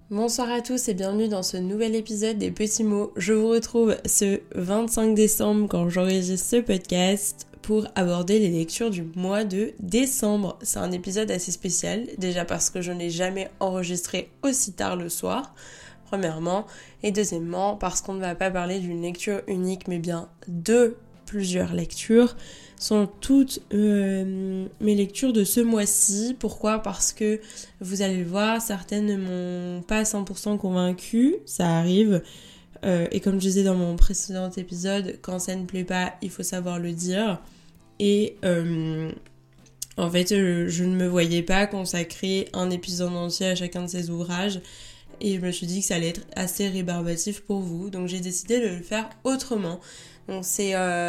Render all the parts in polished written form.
Bonsoir à tous et bienvenue dans ce nouvel épisode des Petits Mots. Je vous retrouve ce 25 décembre quand j'enregistre ce podcast pour aborder les lectures du mois de décembre. C'est un épisode assez spécial, déjà parce que je n'ai jamais enregistré aussi tard le soir, premièrement, et deuxièmement parce qu'on ne va pas parler d'une lecture unique mais bien de plusieurs lectures. Sont toutes mes lectures de ce mois-ci. Pourquoi ? Parce que vous allez le voir, certaines ne m'ont pas 100% convaincue, ça arrive. Et comme je disais dans mon précédent épisode, quand ça ne plaît pas, il faut savoir le dire. Et en fait, je ne me voyais pas consacrer un épisode entier à chacun de ces ouvrages. Et je me suis dit que ça allait être assez rébarbatif pour vous. Donc j'ai décidé de le faire autrement. Donc c'est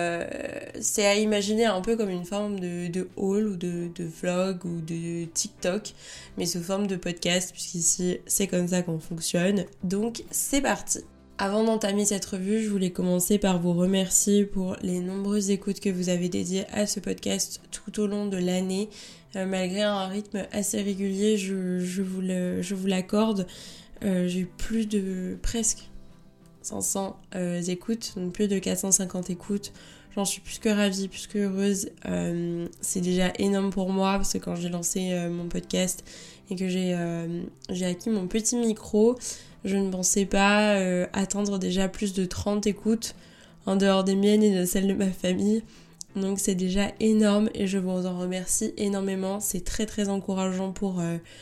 à imaginer un peu comme une forme de haul ou de vlog ou de TikTok, mais sous forme de podcast, puisqu'ici c'est comme ça qu'on fonctionne. Donc c'est parti. Avant d'entamer cette revue, je voulais commencer par vous remercier pour les nombreuses écoutes que vous avez dédiées à ce podcast tout au long de l'année. Malgré un rythme assez régulier, je vous l'accorde. J'ai eu plus de presque 500 écoutes, donc plus de 450 écoutes. J'en suis plus que ravie, plus que heureuse. C'est déjà énorme pour moi parce que quand j'ai lancé mon podcast et que j'ai acquis mon petit micro, je ne pensais pas atteindre déjà plus de 30 écoutes en dehors des miennes et de celles de ma famille. Donc c'est déjà énorme et je vous en remercie énormément. C'est très très encourageant pour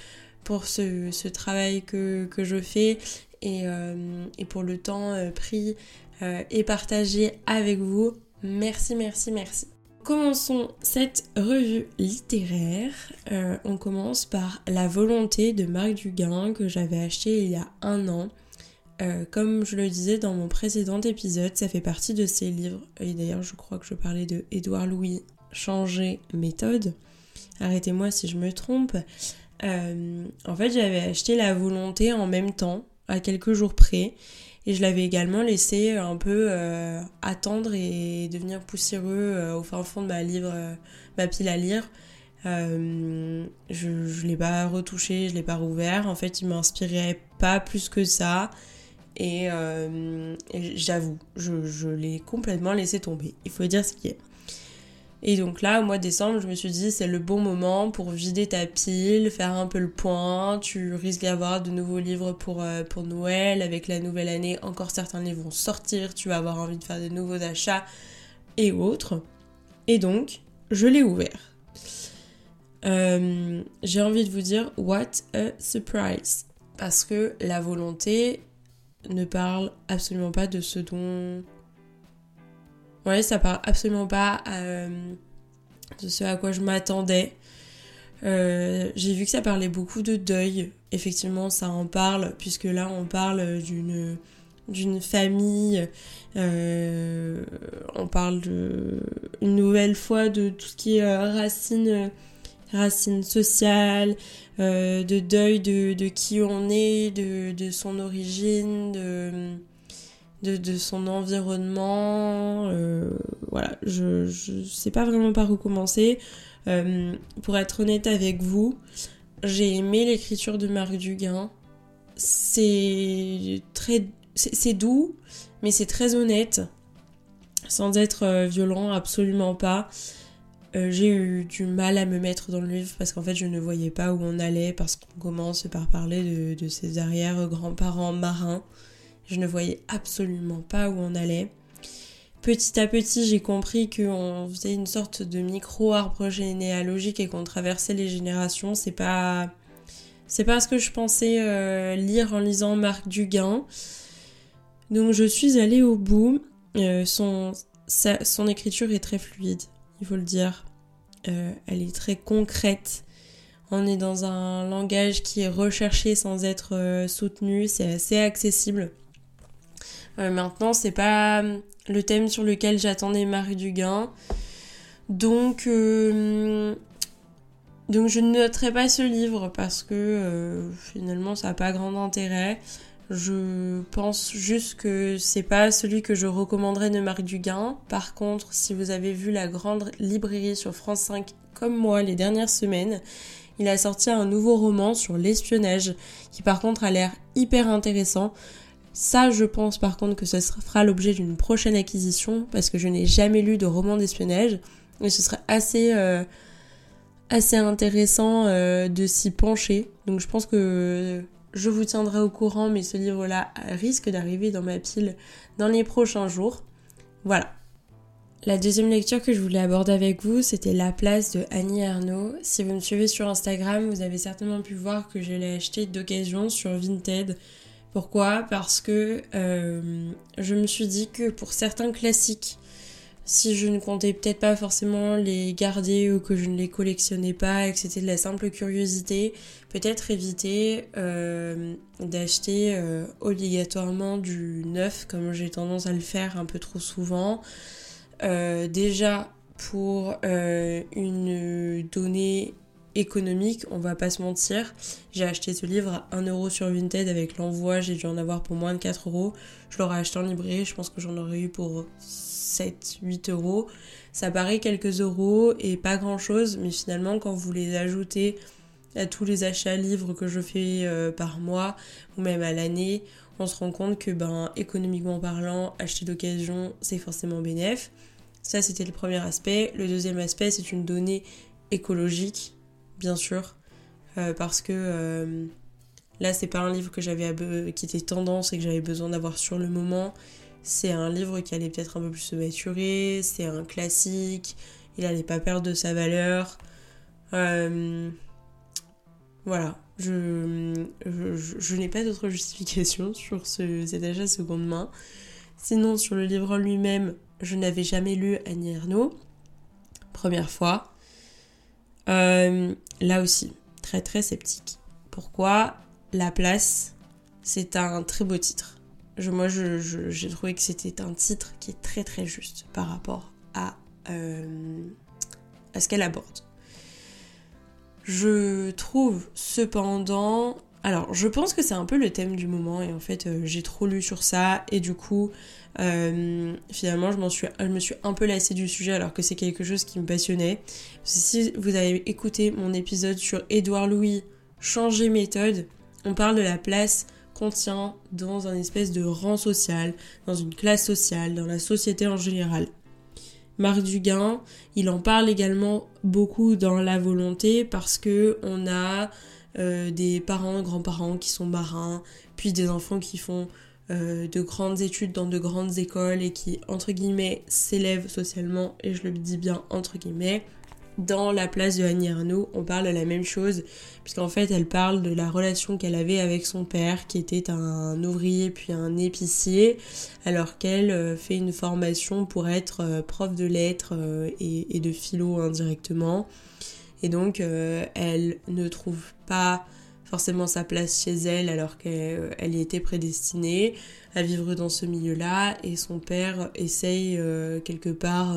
ce travail que je fais et pour le temps pris et partagé avec vous. Merci. Commençons cette revue littéraire. On commence par La Volonté de Marc Duguin que j'avais acheté il y a 1 an. Comme je le disais dans mon précédent épisode, ça fait partie de ces livres. Et d'ailleurs, je crois que je parlais de Édouard Louis, Changer méthode. Arrêtez-moi si je me trompe. En fait, j'avais acheté La Volonté en même temps, à quelques jours près, et je l'avais également laissé un peu attendre et devenir poussiéreux au fin fond de ma pile à lire. Je l'ai pas retouché, je l'ai pas rouvert. En fait, il m'inspirait pas plus que ça. Et j'avoue, je l'ai complètement laissé tomber. Il faut dire ce qui est. Et donc là, au mois de décembre, je me suis dit, c'est le bon moment pour vider ta pile, faire un peu le point. Tu risques d'avoir de nouveaux livres pour Noël. Avec la nouvelle année, encore certains livres vont sortir. Tu vas avoir envie de faire de nouveaux achats et autres. Et donc, je l'ai ouvert. J'ai envie de vous dire, what a surprise. Parce que La Volonté ne parle absolument pas de ce dont... Ouais, ça parle absolument pas de ce à quoi je m'attendais. J'ai vu que ça parlait beaucoup de deuil. Effectivement, ça en parle, puisque là, on parle d'une famille. On parle une nouvelle fois de tout ce qui est racine sociale, de deuil de qui on est, de son origine, de son environnement. Voilà, je sais pas vraiment par où commencer. Pour être honnête avec vous, j'ai aimé l'écriture de Marc Duguin. C'est doux, mais c'est très honnête, sans être violent, absolument pas. J'ai eu du mal à me mettre dans le livre parce qu'en fait je ne voyais pas où on allait, parce qu'on commence par parler de ses arrière-grands-parents marins. Je ne voyais absolument pas où on allait. Petit à petit, j'ai compris qu'on faisait une sorte de micro-arbre généalogique et qu'on traversait les générations. C'est pas ce que je pensais lire en lisant Marc Duguin. Donc je suis allée au bout. Son écriture est très fluide, il faut le dire. Elle est très concrète. On est dans un langage qui est recherché sans être soutenu. C'est assez accessible. Maintenant, c'est pas le thème sur lequel j'attendais Marc Duguin. Donc je ne noterai pas ce livre parce que finalement, ça n'a pas grand intérêt. Je pense juste que c'est pas celui que je recommanderais de Marc Duguin. Par contre, si vous avez vu la grande librairie sur France 5 comme moi les dernières semaines, il a sorti un nouveau roman sur l'espionnage qui par contre a l'air hyper intéressant. Ça, je pense par contre que ce fera l'objet d'une prochaine acquisition parce que je n'ai jamais lu de roman d'espionnage et ce serait assez intéressant de s'y pencher. Donc je pense que je vous tiendrai au courant, mais ce livre-là risque d'arriver dans ma pile dans les prochains jours. Voilà. La deuxième lecture que je voulais aborder avec vous, c'était La place de Annie Ernaux. Si vous me suivez sur Instagram, vous avez certainement pu voir que je l'ai acheté d'occasion sur Vinted. Pourquoi ? Parce que je me suis dit que pour certains classiques, si je ne comptais peut-être pas forcément les garder ou que je ne les collectionnais pas et que c'était de la simple curiosité, peut-être éviter d'acheter obligatoirement du neuf comme j'ai tendance à le faire un peu trop souvent. Déjà pour une donnée économique, on va pas se mentir, j'ai acheté ce livre à 1€ sur Vinted avec l'envoi, j'ai dû en avoir pour moins de 4€, je l'aurais acheté en librairie, je pense que j'en aurais eu pour 7-8€, ça paraît quelques euros et pas grand chose, mais finalement quand vous les ajoutez à tous les achats livres que je fais par mois ou même à l'année, on se rend compte que économiquement parlant, acheter d'occasion c'est forcément bénéf. Ça c'était le premier aspect. Le deuxième aspect c'est une donnée écologique, bien sûr, parce que là c'est pas un livre que qui était tendance et que j'avais besoin d'avoir sur le moment. C'est un livre qui allait peut-être un peu plus se maturer, c'est un classique, il allait pas perdre de sa valeur. Voilà, je n'ai pas d'autre justification sur cet achat seconde main. Sinon, sur le livre en lui-même, je n'avais jamais lu Annie Ernaux. Première fois. Là aussi, très très sceptique. Pourquoi ? La place, c'est un très beau titre. J'ai trouvé que c'était un titre qui est très très juste par rapport à ce qu'elle aborde. Je trouve cependant... Alors, je pense que c'est un peu le thème du moment et en fait, j'ai trop lu sur ça et du coup, finalement, je me suis un peu lassée du sujet alors que c'est quelque chose qui me passionnait. Si vous avez écouté mon épisode sur Édouard Louis, Changer méthode, on parle de la place qu'on tient dans un espèce de rang social, dans une classe sociale, dans la société en général. Marc Duguin, il en parle également beaucoup dans La Volonté parce que on a des parents, grands-parents qui sont marins, puis des enfants qui font de grandes études dans de grandes écoles et qui, entre guillemets, s'élèvent socialement, et je le dis bien entre guillemets. Dans La place de Annie Ernaux, on parle de la même chose, puisqu'en fait, elle parle de la relation qu'elle avait avec son père, qui était un ouvrier puis un épicier, alors qu'elle fait une formation pour être prof de lettres et de philo indirectement. Et donc, elle ne trouve pas forcément sa place chez elle, alors qu'elle y était prédestinée à vivre dans ce milieu-là, et son père essaye quelque part...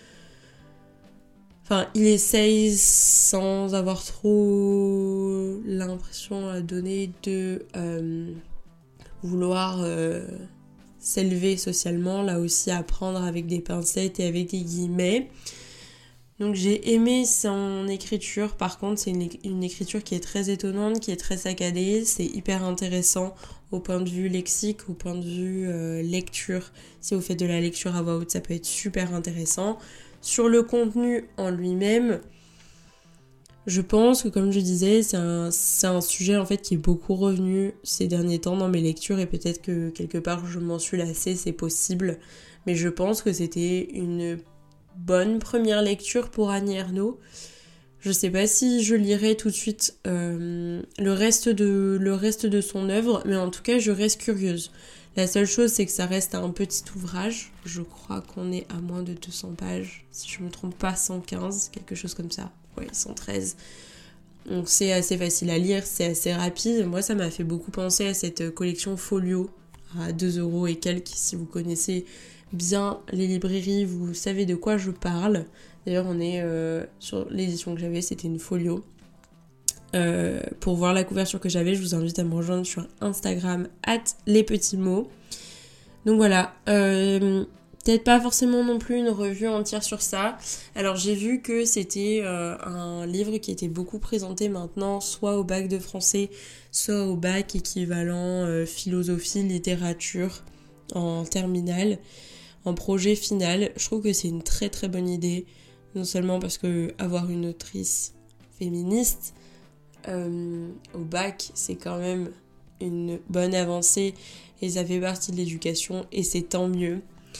il essaye sans avoir trop l'impression à donner de vouloir s'élever socialement, là aussi à prendre avec des pincettes et avec des guillemets. Donc j'ai aimé son écriture, par contre c'est une écriture qui est très étonnante, qui est très saccadée, c'est hyper intéressant au point de vue lexique, au point de vue lecture. Si vous faites de la lecture à voix haute, ça peut être super intéressant. Sur le contenu en lui-même, je pense que comme je disais, c'est un sujet en fait qui est beaucoup revenu ces derniers temps dans mes lectures et peut-être que quelque part je m'en suis lassée, c'est possible. Mais je pense que c'était une bonne première lecture pour Annie Ernaux. Je sais pas si je lirai tout de suite le reste de son œuvre, mais en tout cas je reste curieuse. La seule chose, c'est que ça reste un petit ouvrage. Je crois qu'on est à moins de 200 pages. Si je me trompe pas, 115, quelque chose comme ça. Oui, 113. Donc c'est assez facile à lire, c'est assez rapide. Moi, ça m'a fait beaucoup penser à cette collection Folio à 2€ et quelques. Si vous connaissez bien les librairies, vous savez de quoi je parle. D'ailleurs, on est sur l'édition que j'avais, c'était une Folio. Pour voir la couverture que j'avais, je vous invite à me rejoindre sur Instagram @lespetitsmots. Donc voilà, Peut-être pas forcément non plus une revue entière sur ça. Alors j'ai vu que c'était un livre qui était beaucoup présenté maintenant, soit au bac de français, soit au bac équivalent philosophie, littérature en terminale, en projet final. Je trouve que c'est une très très bonne idée, non seulement parce que avoir une autrice féministe au bac, c'est quand même une bonne avancée et ça fait partie de l'éducation et c'est tant mieux.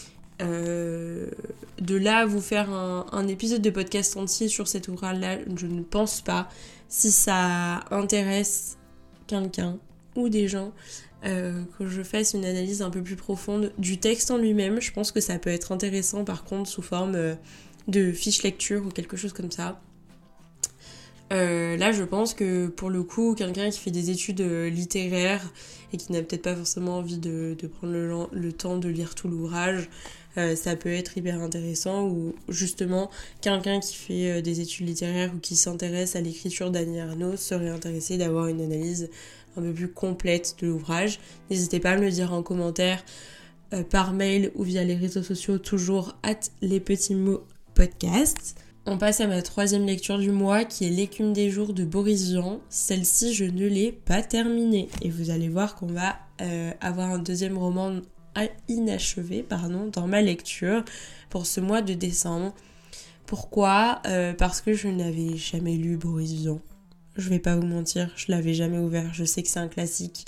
De là à vous faire un épisode de podcast entier sur cet ouvrage-là, je ne pense pas. Si ça intéresse quelqu'un ou des gens, que je fasse une analyse un peu plus profonde du texte en lui-même, je pense que ça peut être intéressant par contre sous forme de fiche lecture ou quelque chose comme ça. Là, je pense que pour le coup, quelqu'un qui fait des études littéraires et qui n'a peut-être pas forcément envie de prendre le temps de lire tout l'ouvrage, ça peut être hyper intéressant. Ou justement, quelqu'un qui fait des études littéraires ou qui s'intéresse à l'écriture d'Annie Ernaux serait intéressé d'avoir une analyse un peu plus complète de l'ouvrage. N'hésitez pas à me le dire en commentaire, par mail ou via les réseaux sociaux, toujours @lespetitsmotspodcast. On passe à ma troisième lecture du mois qui est L'écume des jours de Boris Vian. Celle-ci, je ne l'ai pas terminée. Et vous allez voir qu'on va avoir un deuxième roman inachevé dans ma lecture pour ce mois de décembre. Pourquoi ? Parce que je n'avais jamais lu Boris Vian. Je vais pas vous mentir, je l'avais jamais ouvert. Je sais que c'est un classique.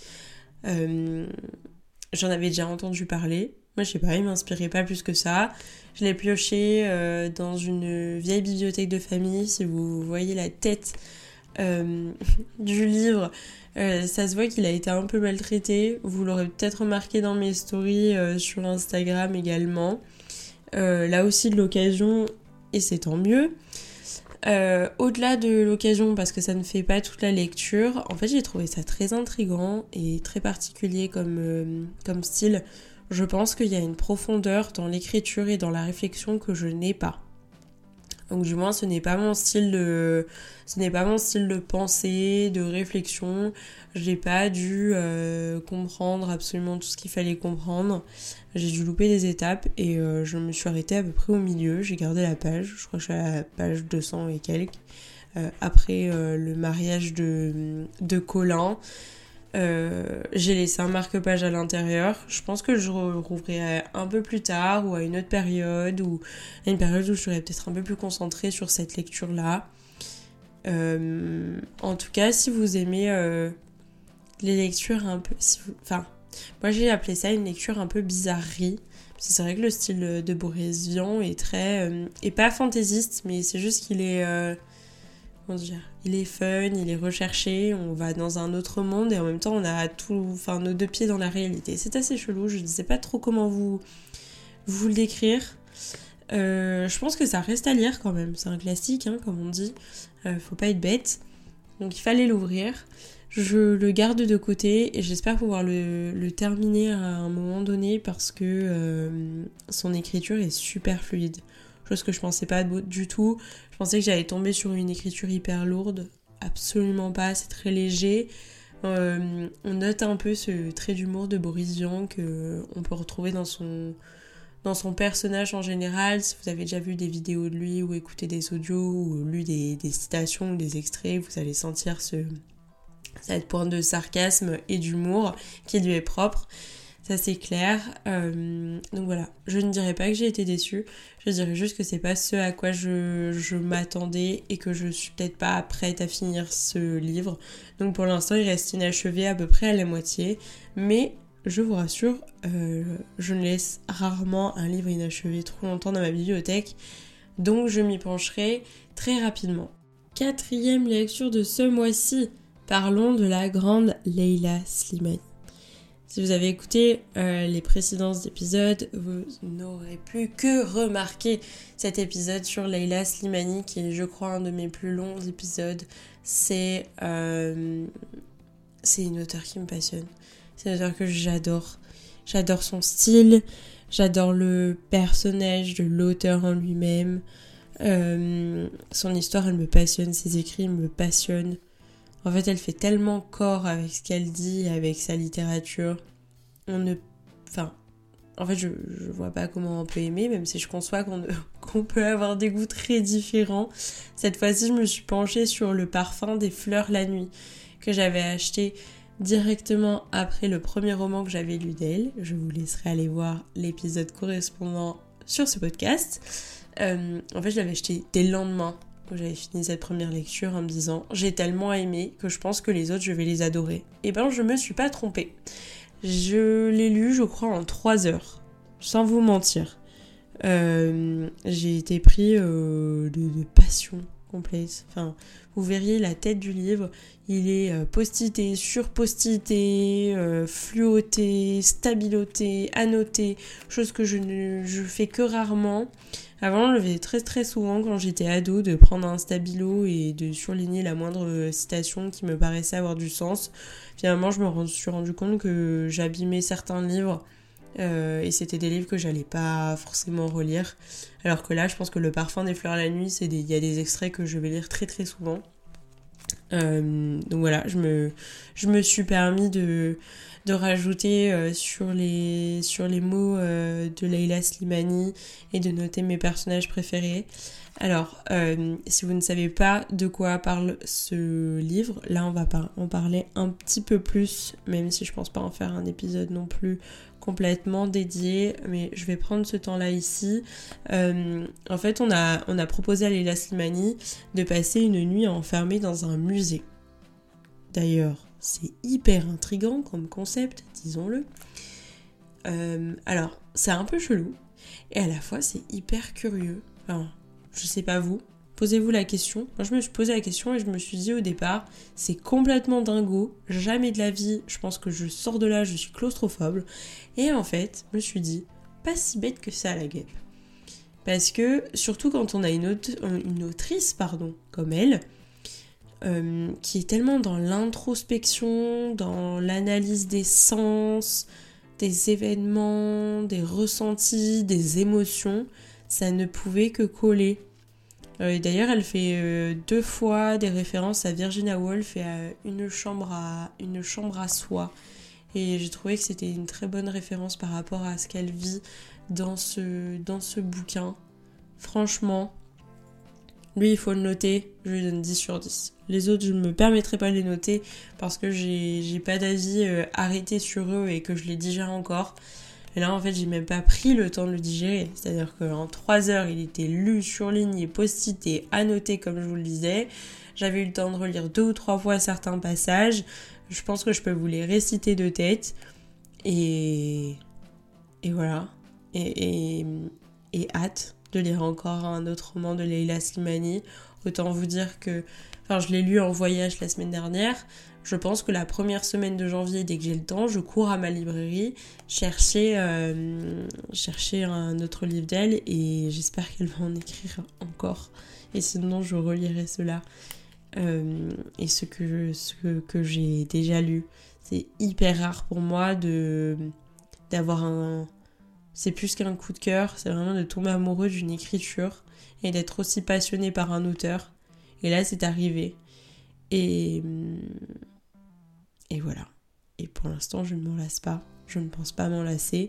J'en avais déjà entendu parler. Moi, je sais pas, il m'inspirait pas plus que ça. Je l'ai pioché dans une vieille bibliothèque de famille. Si vous voyez la tête du livre, ça se voit qu'il a été un peu maltraité. Vous l'aurez peut-être remarqué dans mes stories sur Instagram également. Là aussi de l'occasion, et c'est tant mieux. Au-delà de l'occasion, parce que ça ne fait pas toute la lecture, en fait j'ai trouvé ça très intriguant et très particulier comme style. Je pense qu'il y a une profondeur dans l'écriture et dans la réflexion que je n'ai pas. Donc du moins ce n'est pas mon style de pensée, de réflexion. Je n'ai pas dû comprendre absolument tout ce qu'il fallait comprendre. J'ai dû louper des étapes et je me suis arrêtée à peu près au milieu. J'ai gardé la page, je crois que je suis à la page 200 et quelques. Après le mariage de Colin. J'ai laissé un marque-page à l'intérieur. Je pense que je rouvrirai un peu plus tard ou à une autre période ou à une période où je serais peut-être un peu plus concentrée sur cette lecture-là. En tout cas, si vous aimez les lectures un peu... moi j'ai appelé ça une lecture un peu bizarrerie. Parce que c'est vrai que le style de Boris Vian est très... et pas fantaisiste, mais c'est juste qu'il est... il est fun, il est recherché, on va dans un autre monde et en même temps on a nos deux pieds dans la réalité. C'est assez chelou, je ne sais pas trop comment vous le décrire. Je pense que ça reste à lire quand même, c'est un classique comme on dit, faut pas être bête. Donc il fallait l'ouvrir, je le garde de côté et j'espère pouvoir le terminer à un moment donné parce que son écriture est super fluide. Chose que je pensais pas du tout. Je pensais que j'allais tomber sur une écriture hyper lourde. Absolument pas, c'est très léger. On note un peu ce trait d'humour de Boris Vian qu'on peut retrouver dans son personnage en général. Si vous avez déjà vu des vidéos de lui ou écouté des audios ou lu des citations ou des extraits, vous allez sentir cette pointe de sarcasme et d'humour qui lui est propre. Ça c'est clair. Donc voilà, je ne dirais pas que j'ai été déçue, je dirais juste que c'est pas ce à quoi je m'attendais et que je suis peut-être pas prête à finir ce livre. Donc pour l'instant il reste inachevé à peu près à la moitié, mais je vous rassure, je ne laisse rarement un livre inachevé trop longtemps dans ma bibliothèque, donc je m'y pencherai très rapidement. Quatrième lecture de ce mois-ci, parlons de la grande Leila Slimani. Si vous avez écouté les précédents épisodes, vous n'aurez pu que remarquer cet épisode sur Leila Slimani qui est, je crois, un de mes plus longs épisodes. C'est une auteure qui me passionne. C'est une auteure que j'adore. J'adore son style, j'adore le personnage de l'auteur en lui-même. Son histoire, elle me passionne, ses écrits me passionnent. En fait, elle fait tellement corps avec ce qu'elle dit, avec sa littérature. en fait, je vois pas comment on peut aimer, même si je conçois qu'on peut avoir des goûts très différents. Cette fois-ci, je me suis penchée sur le parfum des fleurs la nuit, que j'avais acheté directement après le premier roman que j'avais lu d'elle. Je vous laisserai aller voir l'épisode correspondant sur ce podcast. En fait, je l'avais acheté dès le lendemain où j'avais fini cette première lecture en me disant j'ai tellement aimé que je pense que les autres, je vais les adorer. Et ben, je me suis pas trompée. Je l'ai lu, je crois, en 3 heures, sans vous mentir. J'ai été pris de passion complète. Enfin, vous verriez la tête du livre, il est postité, surpostité, fluoté, stabiloté, annoté, chose que je fais que rarement. Avant, je le faisais très très souvent quand j'étais ado, de prendre un stabilo et de surligner la moindre citation qui me paraissait avoir du sens. Finalement, je me suis rendu compte que j'abîmais certains livres et c'était des livres que j'allais pas forcément relire. Alors que là, je pense que Le parfum des fleurs la nuit, il y a des extraits que je vais lire très très souvent. Donc voilà, je me suis permis de rajouter sur les mots de Leila Slimani et de noter mes personnages préférés. Alors, si vous ne savez pas de quoi parle ce livre, là on va en parler un petit peu plus, même si je pense pas en faire un épisode non plus complètement dédié, mais je vais prendre ce temps-là ici. En fait, on a proposé à Leila Slimani de passer une nuit enfermée dans un musée. D'ailleurs, c'est hyper intriguant comme concept, disons-le. Alors, c'est un peu chelou, et à la fois c'est hyper curieux. Enfin, je sais pas vous, posez-vous la question. Moi, je me suis posé la question et je me suis dit au départ, c'est complètement dingo, jamais de la vie, je pense que je sors de là, je suis claustrophobe. Et en fait, je me suis dit, pas si bête que ça la guêpe. Parce que, surtout quand on a une autrice, comme elle, qui est tellement dans l'introspection, dans l'analyse des sens, des événements, des ressentis, des émotions, ça ne pouvait que coller. D'ailleurs, elle fait 2 fois des références à Virginia Woolf et à une chambre à soi. Et j'ai trouvé que c'était une très bonne référence par rapport à ce qu'elle vit dans ce bouquin. Franchement, lui, il faut le noter, je lui donne 10 sur 10. Les autres, je ne me permettrai pas de les noter parce que j'ai pas d'avis arrêté sur eux et que je les digère encore. Et là, en fait, j'ai même pas pris le temps de le digérer. C'est-à-dire qu'en 3 heures, il était lu, surligné, post-it, annoté, comme je vous le disais. J'avais eu le temps de relire 2 ou 3 fois certains passages. Je pense que je peux vous les réciter de tête. Et voilà. Et hâte de lire encore un autre roman de Leila Slimani. Autant vous dire que... Enfin, je l'ai lu en voyage la semaine dernière. Je pense que la première semaine de janvier, dès que j'ai le temps, je cours à ma librairie chercher un autre livre d'elle et j'espère qu'elle va en écrire encore. Et sinon, je relirai cela. Et ce que j'ai déjà lu. C'est hyper rare pour moi d'avoir un... C'est plus qu'un coup de cœur, c'est vraiment de tomber amoureux d'une écriture et d'être aussi passionné par un auteur. Et là, c'est arrivé. Et voilà. Et pour l'instant, je ne m'en lasse pas. Je ne pense pas m'en lasser.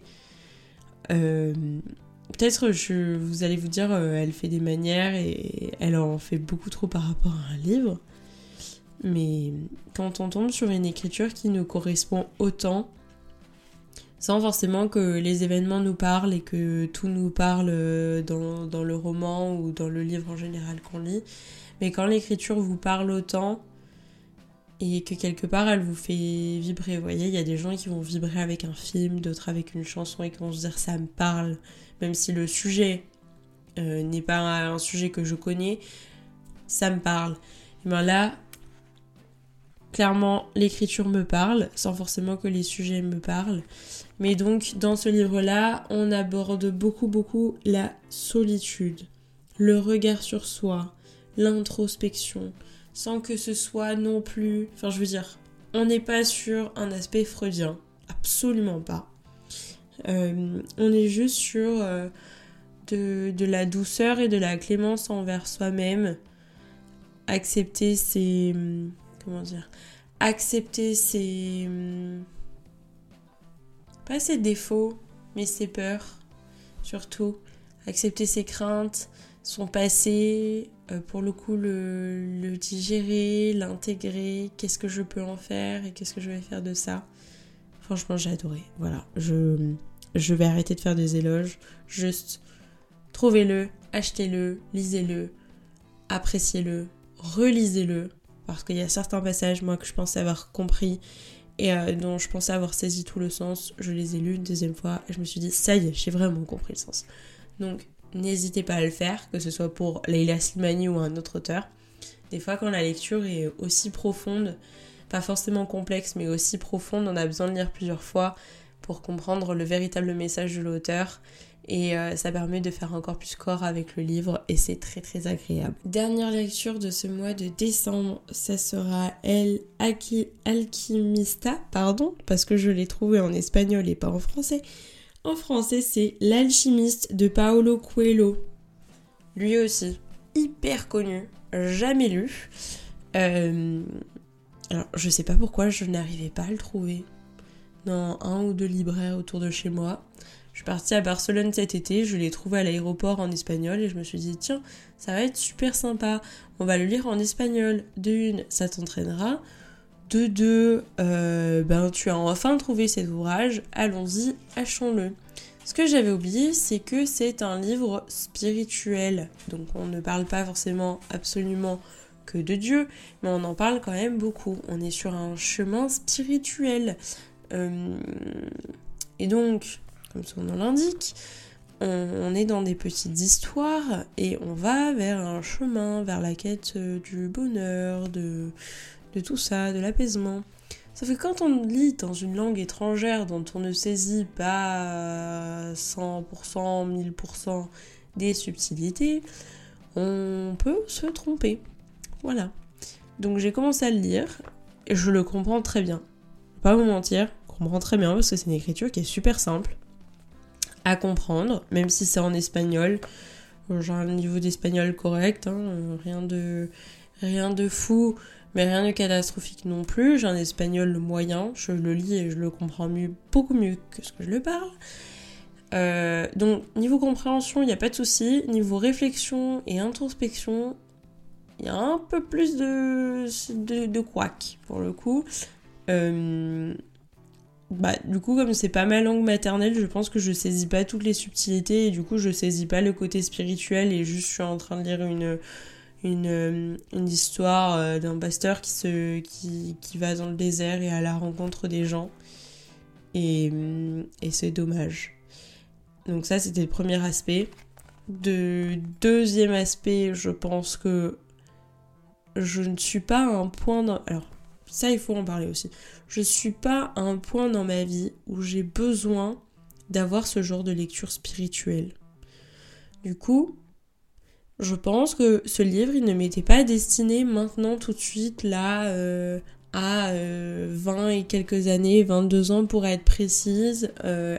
Peut-être vous allez vous dire, elle fait des manières et elle en fait beaucoup trop par rapport à un livre. Mais quand on tombe sur une écriture qui nous correspond autant, sans forcément que les événements nous parlent et que tout nous parle dans le roman ou dans le livre en général qu'on lit, mais quand l'écriture vous parle autant et que quelque part elle vous fait vibrer, vous voyez, il y a des gens qui vont vibrer avec un film, d'autres avec une chanson et qui vont se dire ça me parle, même si le sujet n'est pas un sujet que je connais, ça me parle. Et bien là, clairement, l'écriture me parle, sans forcément que les sujets me parlent. Mais donc, dans ce livre-là, on aborde beaucoup la solitude, le regard sur soi, l'introspection, sans que ce soit non plus... Enfin, je veux dire, on n'est pas sur un aspect freudien, absolument pas. On est juste sur de la douceur et de la clémence envers soi-même, accepter ses... Comment dire ? Accepter ses... pas ses défauts, mais ses peurs, surtout. Accepter ses craintes, son passé, pour le coup le digérer, l'intégrer, qu'est-ce que je peux en faire et qu'est-ce que je vais faire de ça. Franchement, j'ai adoré. Voilà, je vais arrêter de faire des éloges. Juste, trouvez-le, achetez-le, lisez-le, appréciez-le, relisez-le. Parce qu'il y a certains passages, moi, que je pensais avoir compris et dont je pensais avoir saisi tout le sens. Je les ai lus une deuxième fois et je me suis dit, ça y est, j'ai vraiment compris le sens. Donc, n'hésitez pas à le faire, que ce soit pour Leila Slimani ou un autre auteur. Des fois, quand la lecture est aussi profonde, pas forcément complexe, mais aussi profonde, on a besoin de lire plusieurs fois pour comprendre le véritable message de l'auteur. Et ça permet de faire encore plus corps avec le livre et c'est très très agréable. Dernière lecture de ce mois de décembre, ça sera El Alquimista, parce que je l'ai trouvé en espagnol et pas en français. En français, c'est L'Alchimiste de Paulo Coelho. Lui aussi, hyper connu, jamais lu. Alors, je sais pas pourquoi je n'arrivais pas à le trouver dans un ou deux libraires autour de chez moi. Je suis partie à Barcelone cet été, je l'ai trouvé à l'aéroport en espagnol et je me suis dit, tiens, ça va être super sympa. On va le lire en espagnol. De une, ça t'entraînera. De deux, tu as enfin trouvé cet ouvrage, allons-y, achetons-le. Ce que j'avais oublié, c'est que c'est un livre spirituel. Donc on ne parle pas forcément absolument que de Dieu, mais on en parle quand même beaucoup. On est sur un chemin spirituel. Et donc, comme son nom l'indique, on est dans des petites histoires et on va vers un chemin, vers la quête du bonheur, de tout ça, de l'apaisement. Sauf que quand on lit dans une langue étrangère dont on ne saisit pas 100%, 1000% des subtilités, on peut se tromper. Voilà. Donc j'ai commencé à le lire et je le comprends très bien. Je vais pas vous mentir, je comprends très bien parce que c'est une écriture qui est super simple à comprendre, même si c'est en espagnol. J'ai un niveau d'espagnol correct, rien de fou, mais rien de catastrophique non plus. J'ai un espagnol moyen, je le lis et je le comprends beaucoup mieux que ce que je le parle. Donc niveau compréhension, il n'y a pas de souci. Niveau réflexion et introspection, il y a un peu plus de couac pour le coup. Du coup, comme c'est pas ma langue maternelle, je pense que je saisis pas toutes les subtilités et du coup je saisis pas le côté spirituel et juste je suis en train de lire une histoire d'un pasteur qui va dans le désert et à la rencontre des gens et c'est dommage. Donc ça c'était le premier aspect. Deuxième aspect, je pense que je ne suis pas à un point alors ça il faut en parler aussi. Je suis pas à un point dans ma vie où j'ai besoin d'avoir ce genre de lecture spirituelle. Du coup, je pense que ce livre, il ne m'était pas destiné maintenant tout de suite là à 20 et quelques années, 22 ans pour être précise,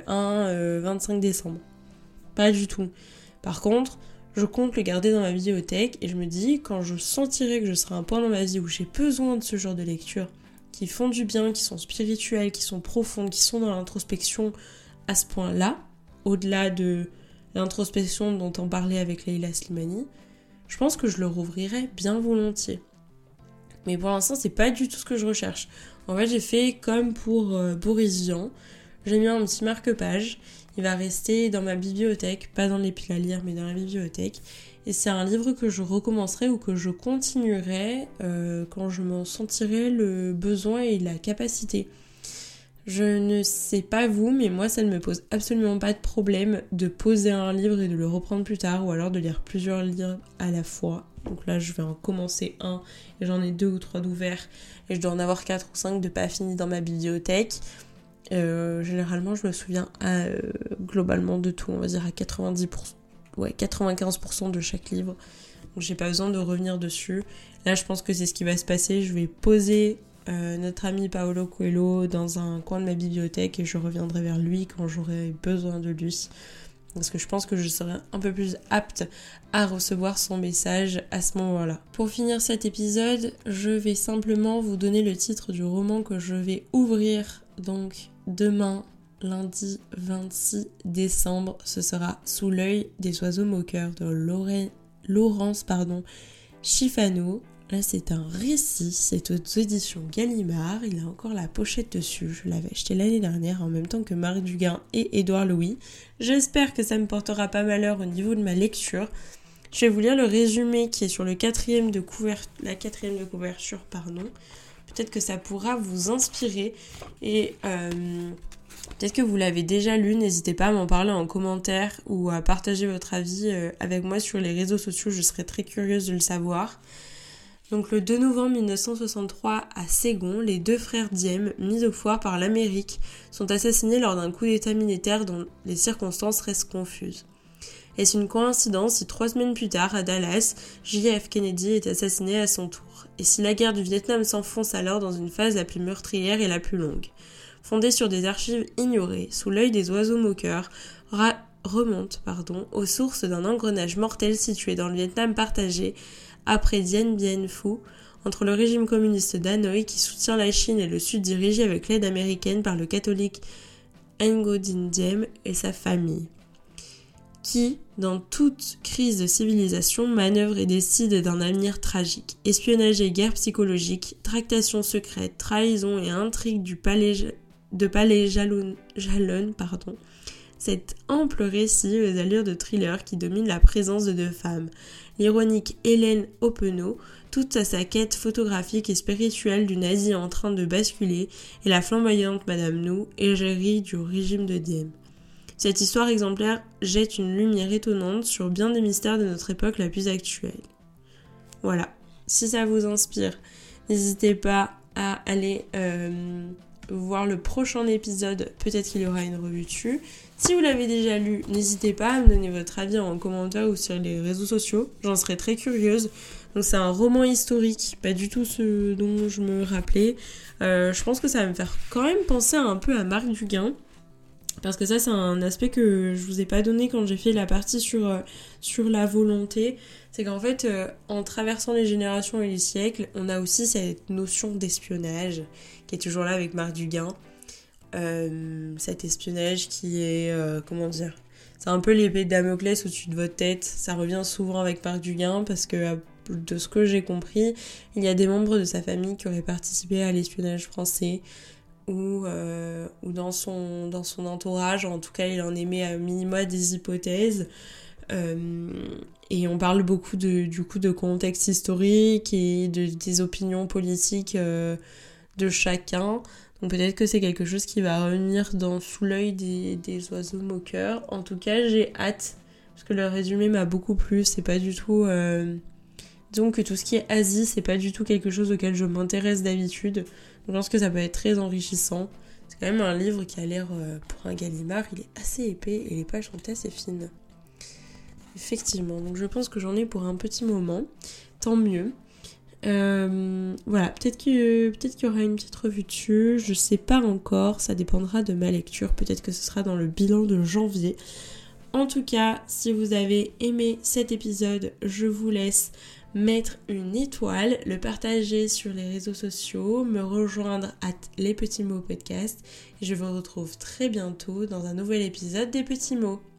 25 décembre. Pas du tout. Par contre, je compte le garder dans ma bibliothèque et je me dis, quand je sentirai que je serai à un point dans ma vie où j'ai besoin de ce genre de lecture, qui font du bien, qui sont spirituelles, qui sont profondes, qui sont dans l'introspection à ce point-là, au-delà de l'introspection dont on parlait avec Leila Slimani, je pense que je le rouvrirai bien volontiers. Mais pour l'instant, c'est pas du tout ce que je recherche. En fait, j'ai fait comme pour Boris Vian, j'ai mis un petit marque-page, il va rester dans ma bibliothèque, pas dans les piles à lire, mais dans la bibliothèque. Et c'est un livre que je recommencerai ou que je continuerai quand je m'en sentirai le besoin et la capacité. Je ne sais pas vous, mais moi ça ne me pose absolument pas de problème de poser un livre et de le reprendre plus tard ou alors de lire plusieurs livres à la fois. Donc là je vais en commencer un et j'en ai 2 ou 3 d'ouverts et je dois en avoir 4 ou 5 de pas finis dans ma bibliothèque. Généralement je me souviens globalement de tout, on va dire à 90%. Ouais, 95% de chaque livre. Donc j'ai pas besoin de revenir dessus. Là, je pense que c'est ce qui va se passer. Je vais poser notre ami Paulo Coelho dans un coin de ma bibliothèque et je reviendrai vers lui quand j'aurai besoin de lui. Parce que je pense que je serai un peu plus apte à recevoir son message à ce moment-là. Pour finir cet épisode, je vais simplement vous donner le titre du roman que je vais ouvrir donc demain lundi 26 décembre, ce sera Sous l'œil des oiseaux moqueurs de Laurence Schifano. Là, c'est un récit, c'est aux éditions Gallimard. Il a encore la pochette dessus. Je l'avais acheté l'année dernière en même temps que Marie Duguin et Édouard Louis. J'espère que ça me portera pas malheur au niveau de ma lecture. Je vais vous lire le résumé qui est sur la quatrième de couverture. Peut-être que ça pourra vous inspirer et peut-être que vous l'avez déjà lu. N'hésitez pas à m'en parler en commentaire ou à partager votre avis avec moi sur les réseaux sociaux. Je serais très curieuse de le savoir. Donc le 2 novembre 1963, à Ségon, les deux frères Diem, mis au pouvoir par l'Amérique, sont assassinés lors d'un coup d'état militaire dont les circonstances restent confuses. Est-ce une coïncidence si 3 semaines plus tard, à Dallas, J.F. Kennedy est assassiné à son tour? Et si la guerre du Vietnam s'enfonce alors dans une phase la plus meurtrière et la plus longue? Fondée sur des archives ignorées, Sous l'œil des oiseaux moqueurs, remonte aux sources d'un engrenage mortel situé dans le Vietnam partagé après Dien Bien Phu, entre le régime communiste d'Hanoï qui soutient la Chine et le Sud dirigé avec l'aide américaine par le catholique Ngo Dinh Diem et sa famille, qui, dans toute crise de civilisation, manœuvre et décide d'un avenir tragique. Espionnage et guerre psychologique, tractations secrètes, trahison et intrigues de palais Jalon. Cet ample récit aux allures de thriller qui domine la présence de deux femmes, l'ironique Hélène Oppenau, toute à sa quête photographique et spirituelle du nazi en train de basculer, et la flamboyante Madame Nou, égérie du régime de Diem. Cette histoire exemplaire jette une lumière étonnante sur bien des mystères de notre époque la plus actuelle. Voilà, si ça vous inspire, n'hésitez pas à aller voir le prochain épisode, peut-être qu'il y aura une revue dessus. Si vous l'avez déjà lu, n'hésitez pas à me donner votre avis en commentaire ou sur les réseaux sociaux, j'en serais très curieuse. Donc c'est un roman historique, pas du tout ce dont je me rappelais. Je pense que ça va me faire quand même penser un peu à Marc Duguin, parce que ça c'est un aspect que je vous ai pas donné quand j'ai fait la partie sur la volonté. C'est qu'en fait, en traversant les générations et les siècles, on a aussi cette notion d'espionnage qui est toujours là avec Marc Duguin. Cet espionnage qui est, c'est un peu l'épée de Damoclès au-dessus de votre tête. Ça revient souvent avec Marc Duguin parce que, de ce que j'ai compris, il y a des membres de sa famille qui auraient participé à l'espionnage français ou dans son entourage. En tout cas, il en émet à minima des hypothèses. Et on parle beaucoup de contexte historique et des opinions politiques de chacun. Donc peut-être que c'est quelque chose qui va revenir dans Sous l'œil des oiseaux moqueurs. En tout cas, j'ai hâte, parce que le résumé m'a beaucoup plu. C'est pas du tout... disons que tout ce qui est Asie, c'est pas du tout quelque chose auquel je m'intéresse d'habitude. Donc je pense que ça peut être très enrichissant. C'est quand même un livre qui a l'air, pour un Gallimard, il est assez épais et les pages sont assez fines. Effectivement, donc je pense que j'en ai pour un petit moment. Tant mieux. Voilà, peut-être qu'il y aura une petite revue dessus, je sais pas encore, ça dépendra de ma lecture, peut-être que ce sera dans le bilan de janvier. En tout cas, si vous avez aimé cet épisode, je vous laisse mettre une étoile, le partager sur les réseaux sociaux, me rejoindre à Les Petits Mots Podcast, et je vous retrouve très bientôt dans un nouvel épisode des Petits Mots.